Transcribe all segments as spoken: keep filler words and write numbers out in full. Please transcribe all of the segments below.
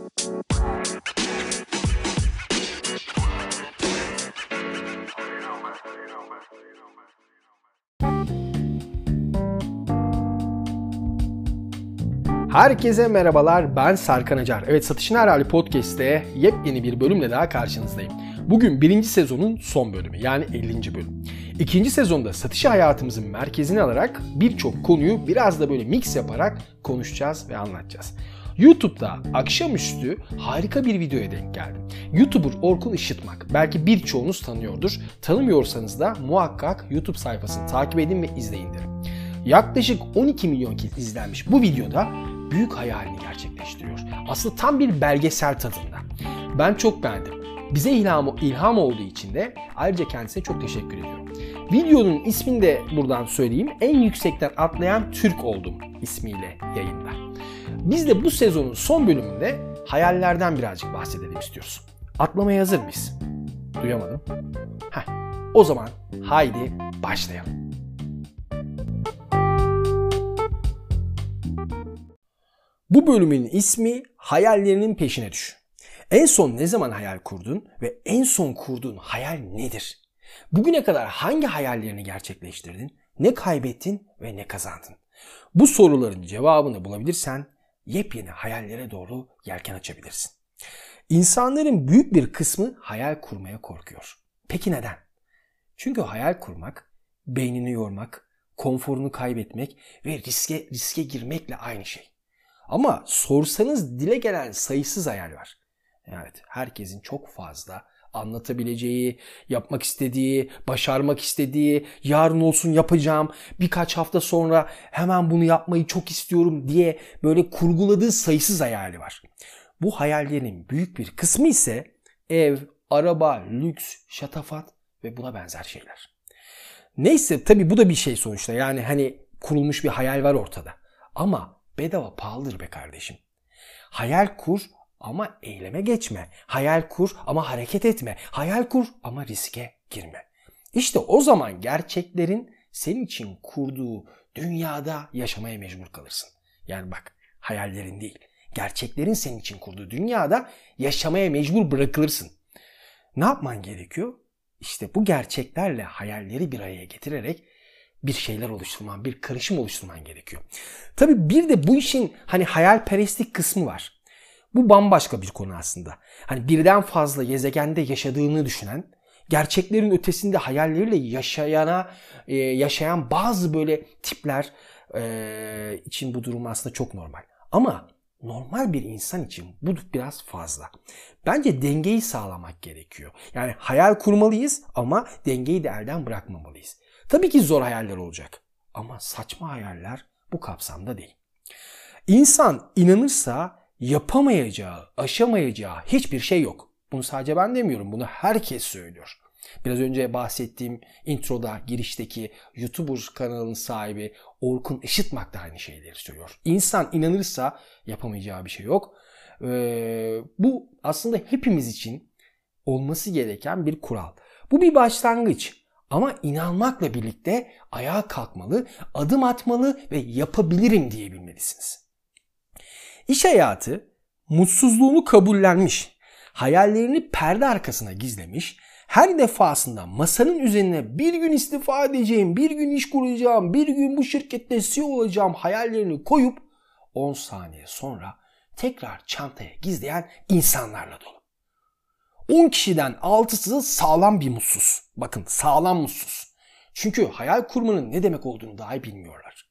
Herkese merhabalar, ben Serkan Acar. Evet, Satışın Her Hali Podcast'te yepyeni bir bölümle daha karşınızdayım. Bugün birinci sezonun son bölümü, yani ellinci bölüm. İkinci sezonda satışı hayatımızın merkezine alarak birçok konuyu biraz da böyle mix yaparak konuşacağız ve anlatacağız. YouTube'da akşamüstü harika bir videoya denk geldim. YouTuber Orkun Işıtmak. Belki birçoğunuz tanıyordur. Tanımıyorsanız da muhakkak YouTube sayfasını takip edin ve izleyin derim. Yaklaşık on iki milyon kez izlenmiş bu videoda büyük hayalini gerçekleştiriyor. Aslında tam bir belgesel tadında. Ben çok beğendim. Bize ilham, ilham olduğu için de ayrıca kendisine çok teşekkür ediyorum. Videonun ismini de buradan söyleyeyim. En yüksekten atlayan Türk oldum ismiyle yayında. Biz de bu sezonun son bölümünde hayallerden birazcık bahsedelim istiyoruz. Atlamaya hazır mıyız? Duyamadım. Heh, o zaman haydi başlayalım. Bu bölümün ismi Hayallerinin Peşine Düş. En son ne zaman hayal kurdun ve en son kurduğun hayal nedir? Bugüne kadar hangi hayallerini gerçekleştirdin, ne kaybettin ve ne kazandın? Bu soruların cevabını bulabilirsen yepyeni hayallere doğru yelken açabilirsin. İnsanların büyük bir kısmı hayal kurmaya korkuyor. Peki neden? Çünkü hayal kurmak, beynini yormak, konforunu kaybetmek ve riske riske girmekle aynı şey. Ama sorsanız dile gelen sayısız hayal var. Evet, herkesin çok fazla anlatabileceği, yapmak istediği, başarmak istediği, yarın olsun yapacağım, birkaç hafta sonra hemen bunu yapmayı çok istiyorum diye böyle kurguladığı sayısız hayali var. Bu hayallerin büyük bir kısmı ise ev, araba, lüks, şatafat ve buna benzer şeyler. Neyse, tabii bu da bir şey sonuçta. Yani hani kurulmuş bir hayal var ortada. Ama bedava pahalıdır be kardeşim. Hayal kur ama eyleme geçme. Hayal kur ama hareket etme. Hayal kur ama riske girme. İşte o zaman gerçeklerin senin için kurduğu dünyada yaşamaya mecbur kalırsın. Yani bak, hayallerin değil, gerçeklerin senin için kurduğu dünyada yaşamaya mecbur bırakılırsın. Ne yapman gerekiyor? İşte bu gerçeklerle hayalleri bir araya getirerek bir şeyler oluşturman, bir karışım oluşturman gerekiyor. Tabii bir de bu işin hani hayalperestlik kısmı var. Bu bambaşka bir konu aslında. Hani birden fazla gezegende yaşadığını düşünen, gerçeklerin ötesinde hayalleriyle yaşayana, e, yaşayan bazı böyle tipler e, için bu durum aslında çok normal. Ama normal bir insan için bu biraz fazla. Bence dengeyi sağlamak gerekiyor. Yani hayal kurmalıyız ama dengeyi de elden bırakmamalıyız. Tabii ki zor hayaller olacak ama saçma hayaller bu kapsamda değil. İnsan inanırsa yapamayacağı, aşamayacağı hiçbir şey yok. Bunu sadece ben demiyorum, bunu herkes söylüyor. Biraz önce bahsettiğim introda, girişteki YouTuber kanalının sahibi Orkun Işıtmak da aynı şeyleri söylüyor. İnsan inanırsa yapamayacağı bir şey yok. Ee, bu aslında hepimiz için olması gereken bir kural. Bu bir başlangıç. Ama inanmakla birlikte ayağa kalkmalı, adım atmalı ve yapabilirim diyebilmelisiniz. İş hayatı mutsuzluğunu kabullenmiş, hayallerini perde arkasına gizlemiş, her defasında masanın üzerine bir gün istifa edeceğim, bir gün iş kuracağım, bir gün bu şirkette C E O olacağım hayallerini koyup on saniye sonra tekrar çantaya gizleyen insanlarla dolu. on kişiden altısı sağlam bir mutsuz. Bakın, sağlam mutsuz. Çünkü hayal kurmanın ne demek olduğunu dahi bilmiyorlar.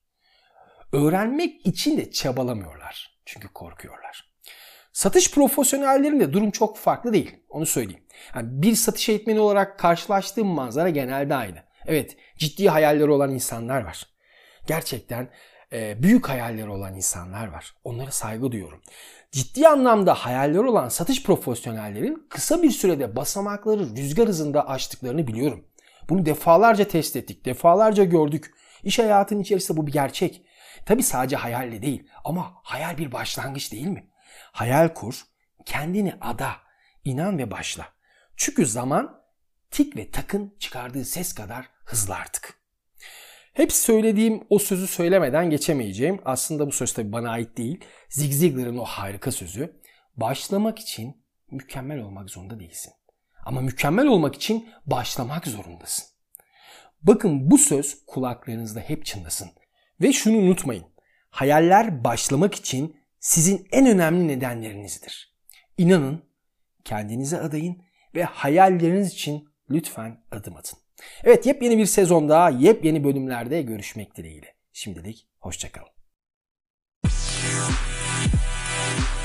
Öğrenmek için de çabalamıyorlar. Çünkü korkuyorlar. Satış profesyonellerinde durum çok farklı değil. Onu söyleyeyim. Yani bir satış eğitmeni olarak karşılaştığım manzara genelde aynı. Evet, ciddi hayalleri olan insanlar var. Gerçekten e, büyük hayalleri olan insanlar var. Onlara saygı duyuyorum. Ciddi anlamda hayalleri olan satış profesyonellerin kısa bir sürede basamakları rüzgar hızında aştıklarını biliyorum. Bunu defalarca test ettik, defalarca gördük. İş hayatının içerisinde bu bir gerçek. Tabii sadece hayalle değil ama hayal bir başlangıç değil mi? Hayal kur, kendini ada, inan ve başla. Çünkü zaman tik ve takın çıkardığı ses kadar hızlı artık. Hep söylediğim o sözü söylemeden geçemeyeceğim. Aslında bu söz tabii bana ait değil. Zig Ziglar'ın o harika sözü. Başlamak için mükemmel olmak zorunda değilsin. Ama mükemmel olmak için başlamak zorundasın. Bakın bu söz kulaklarınızda hep çınlasın. Ve şunu unutmayın. Hayaller başlamak için sizin en önemli nedenlerinizdir. İnanın, kendinize adayın ve hayalleriniz için lütfen adım atın. Evet, yepyeni bir sezonda, yepyeni bölümlerde görüşmek dileğiyle. Şimdilik hoşça kalın.